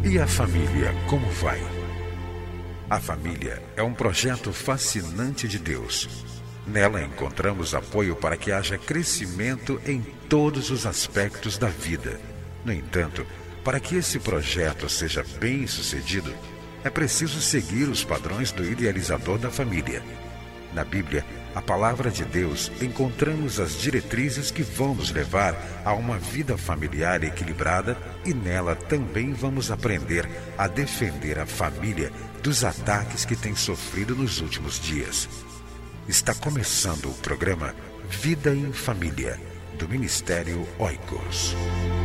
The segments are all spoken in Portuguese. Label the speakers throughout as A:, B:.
A: E a família, como vai? A família é um projeto fascinante de Deus. Nela encontramos apoio para que haja crescimento em todos os aspectos da vida. No entanto, para que esse projeto seja bem-sucedido, é preciso seguir os padrões do idealizador da família. Na Bíblia, a palavra de Deus, encontramos as diretrizes que vão nos levar a uma vida familiar equilibrada e nela também vamos aprender a defender a família dos ataques que tem sofrido nos últimos dias. Está começando o programa Vida em Família, do Ministério Oikos.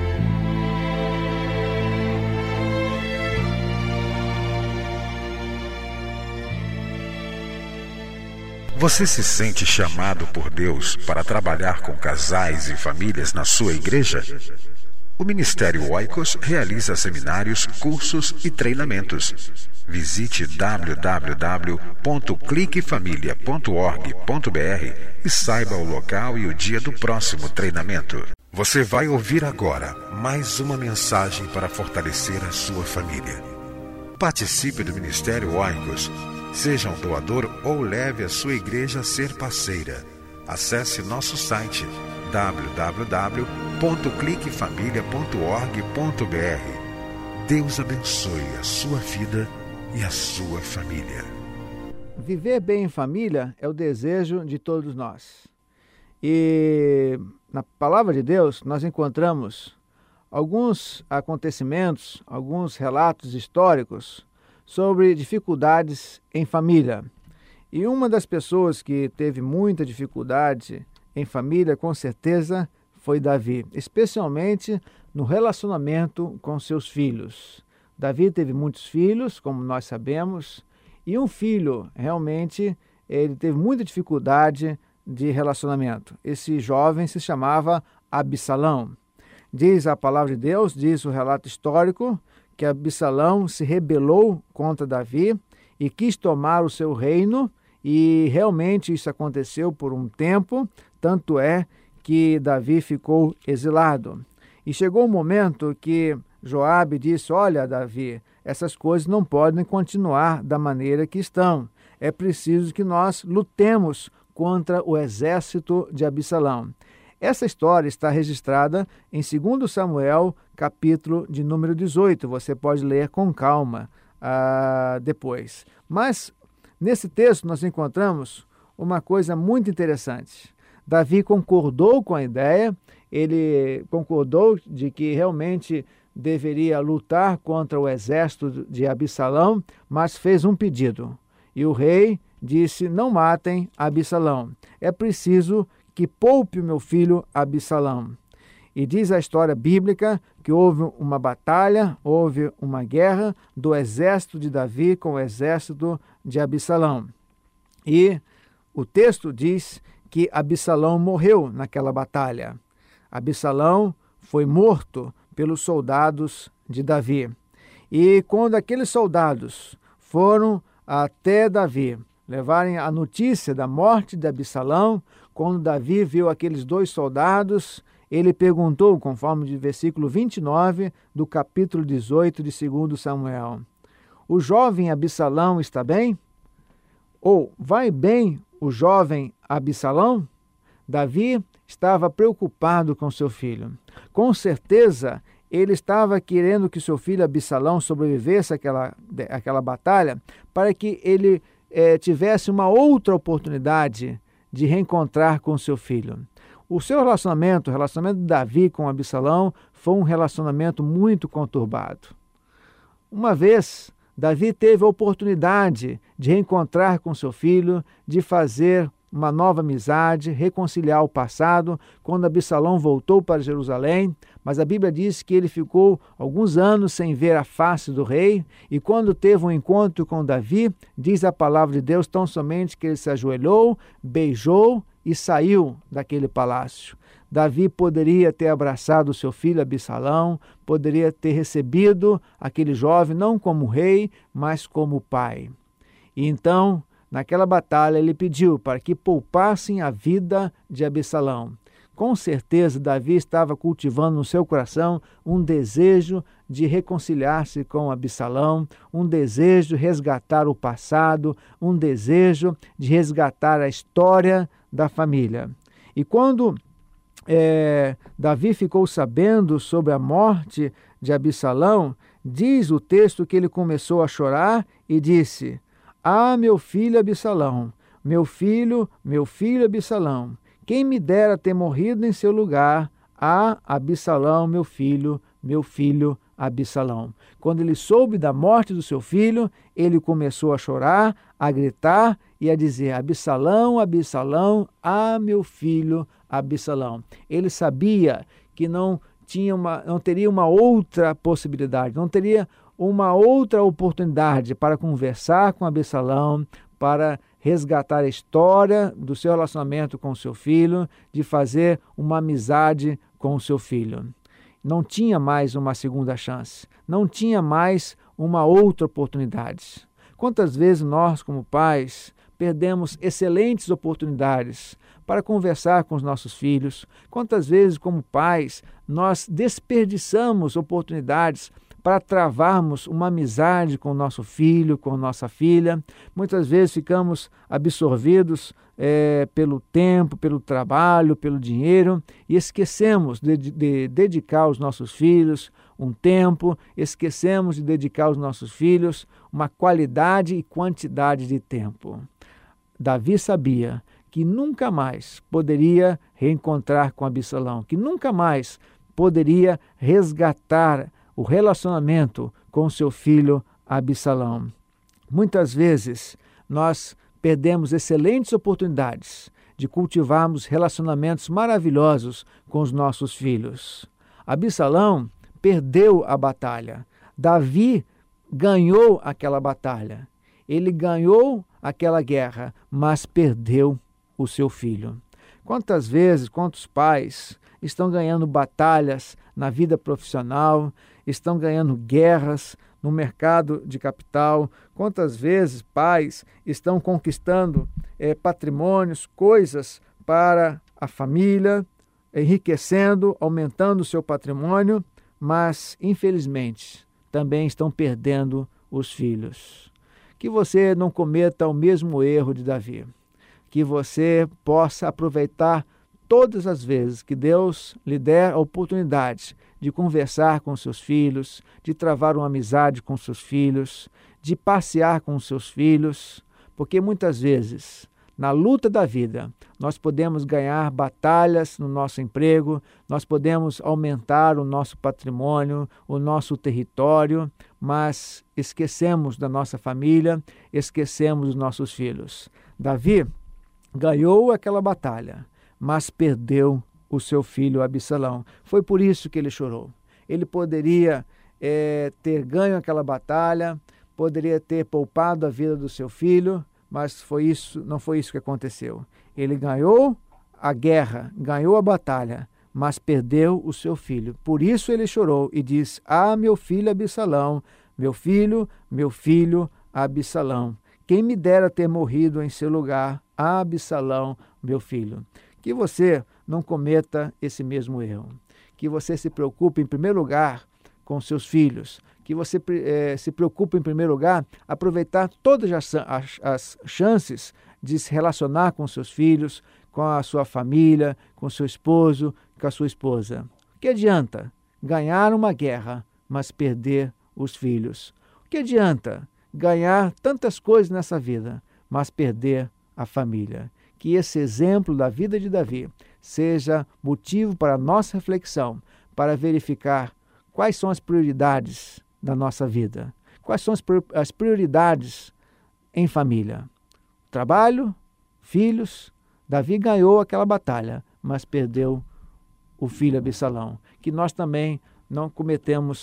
A: Você se sente chamado por Deus para trabalhar com casais e famílias na sua igreja? O Ministério Oikos realiza seminários, cursos e treinamentos. Visite www.cliquefamilia.org.br e saiba o local e o dia do próximo treinamento. Você vai ouvir agora mais uma mensagem para fortalecer a sua família. Participe do Ministério Oikos. Seja um doador ou leve a sua igreja a ser parceira. Acesse nosso site www.cliquefamilia.org.br. Deus abençoe a sua vida e a sua família.
B: Viver bem em família é o desejo de todos nós. E na palavra de Deus nós encontramos alguns acontecimentos, alguns relatos históricos sobre dificuldades em família. E uma das pessoas que teve muita dificuldade em família, com certeza, foi Davi, especialmente no relacionamento com seus filhos. Davi teve muitos filhos, como nós sabemos, e um filho, realmente, ele teve muita dificuldade de relacionamento. Esse jovem se chamava Absalão. Diz a palavra de Deus, diz o relato histórico, que Absalão se rebelou contra Davi e quis tomar o seu reino, e realmente isso aconteceu por um tempo, tanto é que Davi ficou exilado. E chegou um momento que Joabe disse: olha, Davi, essas coisas não podem continuar da maneira que estão. É preciso que nós lutemos contra o exército de Absalão. Essa história está registrada em 2 Samuel, capítulo de número 18. Você pode ler com calma depois. Mas, nesse texto, nós encontramos uma coisa muito interessante. Davi concordou com a ideia, ele concordou de que realmente deveria lutar contra o exército de Absalão, mas fez um pedido. E o rei disse: não matem Absalão. É preciso que poupe o meu filho Absalão. E diz a história bíblica que houve uma batalha, houve uma guerra do exército de Davi com o exército de Absalão. E o texto diz que Absalão morreu naquela batalha. Absalão foi morto pelos soldados de Davi. E quando aqueles soldados foram até Davi levarem a notícia da morte de Absalão, quando Davi viu aqueles dois soldados, ele perguntou, conforme o versículo 29 do capítulo 18 de 2 Samuel: o jovem Absalão está bem? Ou vai bem o jovem Absalão? Davi estava preocupado com seu filho. Com certeza, ele estava querendo que seu filho Absalão sobrevivesse àquela batalha para que ele tivesse uma outra oportunidade de reencontrar com seu filho. O seu relacionamento, o relacionamento de Davi com Absalão, foi um relacionamento muito conturbado. Uma vez, Davi teve a oportunidade de reencontrar com seu filho, de fazer uma nova amizade, reconciliar o passado, quando Absalão voltou para Jerusalém, mas a Bíblia diz que ele ficou alguns anos sem ver a face do rei, e quando teve um encontro com Davi, diz a palavra de Deus tão somente que ele se ajoelhou, beijou e saiu daquele palácio. Davi poderia ter abraçado seu filho Absalão, poderia ter recebido aquele jovem não como rei, mas como pai. E então, naquela batalha, ele pediu para que poupassem a vida de Absalão. com certeza Davi estava cultivando no seu coração um desejo de reconciliar-se com Absalão, um desejo de resgatar o passado, um desejo de resgatar a história da família. E quando Davi ficou sabendo sobre a morte de Absalão, diz o texto que ele começou a chorar e disse: "Ah, meu filho Absalão, meu filho Absalão, quem me dera ter morrido em seu lugar. Ah, Absalão, meu filho Absalão." Quando ele soube da morte do seu filho, ele começou a chorar, a gritar e a dizer: "Absalão, Absalão, ah, meu filho Absalão." Ele sabia que não teria uma outra possibilidade, não teria uma outra oportunidade para conversar com Absalão, para resgatar a história do seu relacionamento com o seu filho, de fazer uma amizade com o seu filho. Não tinha mais uma segunda chance, não tinha mais uma outra oportunidade. Quantas vezes nós, como pais, perdemos excelentes oportunidades para conversar com os nossos filhos? Quantas vezes, como pais, nós desperdiçamos oportunidades para travarmos uma amizade com o nosso filho, com nossa filha? Muitas vezes ficamos absorvidos pelo tempo, pelo trabalho, pelo dinheiro e esquecemos de dedicar aos nossos filhos um tempo, esquecemos de dedicar aos nossos filhos uma qualidade e quantidade de tempo. Davi sabia que nunca mais poderia reencontrar com Absalão, que nunca mais poderia resgatar o relacionamento com seu filho Absalão. Muitas vezes nós perdemos excelentes oportunidades de cultivarmos relacionamentos maravilhosos com os nossos filhos. Absalão perdeu a batalha. Davi ganhou aquela batalha. Ele ganhou aquela guerra, mas perdeu o seu filho. Quantas vezes, quantos pais estão ganhando batalhas na vida profissional, estão ganhando guerras no mercado de capital? Quantas vezes pais estão conquistando patrimônios, coisas para a família, enriquecendo, aumentando o seu patrimônio, mas, infelizmente, também estão perdendo os filhos. Que você não cometa o mesmo erro de Davi. Que você possa aproveitar todas as vezes que Deus lhe der a oportunidade de conversar com seus filhos, de travar uma amizade com seus filhos, de passear com seus filhos, porque muitas vezes, na luta da vida, nós podemos ganhar batalhas no nosso emprego, nós podemos aumentar o nosso patrimônio, o nosso território, mas esquecemos da nossa família, esquecemos dos nossos filhos. Davi ganhou aquela batalha, mas perdeu o seu filho Absalão. Foi por isso que ele chorou. Ele poderia ter ganho aquela batalha, poderia ter poupado a vida do seu filho, mas não foi isso que aconteceu. Ele ganhou a guerra, ganhou a batalha, mas perdeu o seu filho. Por isso ele chorou e disse: "Ah, meu filho Absalão, meu filho Absalão, quem me dera ter morrido em seu lugar, ah, Absalão, meu filho." Que você não cometa esse mesmo erro. Que você se preocupe, em primeiro lugar, com seus filhos. Que você se preocupe, em primeiro lugar, aproveitar todas as chances de se relacionar com seus filhos, com a sua família, com seu esposo, com a sua esposa. O que adianta ganhar uma guerra, mas perder os filhos? O que adianta ganhar tantas coisas nessa vida, mas perder a família? Que esse exemplo da vida de Davi seja motivo para a nossa reflexão, para verificar quais são as prioridades da nossa vida, quais são as prioridades em família. Trabalho, filhos. Davi ganhou aquela batalha, mas perdeu o filho Absalão. Que nós também não cometamos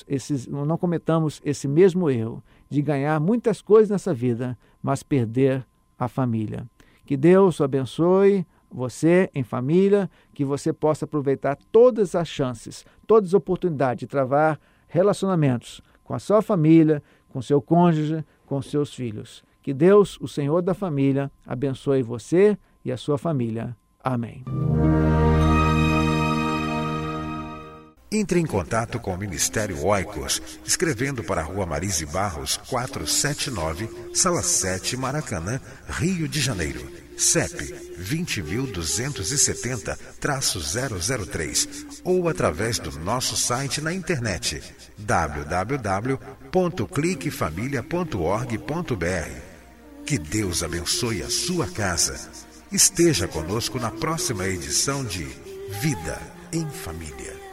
B: esse mesmo erro de ganhar muitas coisas nessa vida, mas perder a família. Que Deus o abençoe, você em família, que você possa aproveitar todas as chances, todas as oportunidades de travar relacionamentos com a sua família, com seu cônjuge, com seus filhos. Que Deus, o Senhor da família, abençoe você e a sua família. Amém.
A: Entre em contato com o Ministério Oikos, escrevendo para a Rua Marise Barros, 479, Sala 7, Maracanã, Rio de Janeiro. CEP 20.270-003 ou através do nosso site na internet www.cliquefamilia.org.br. Que Deus abençoe a sua casa. Esteja conosco na próxima edição de Vida em Família.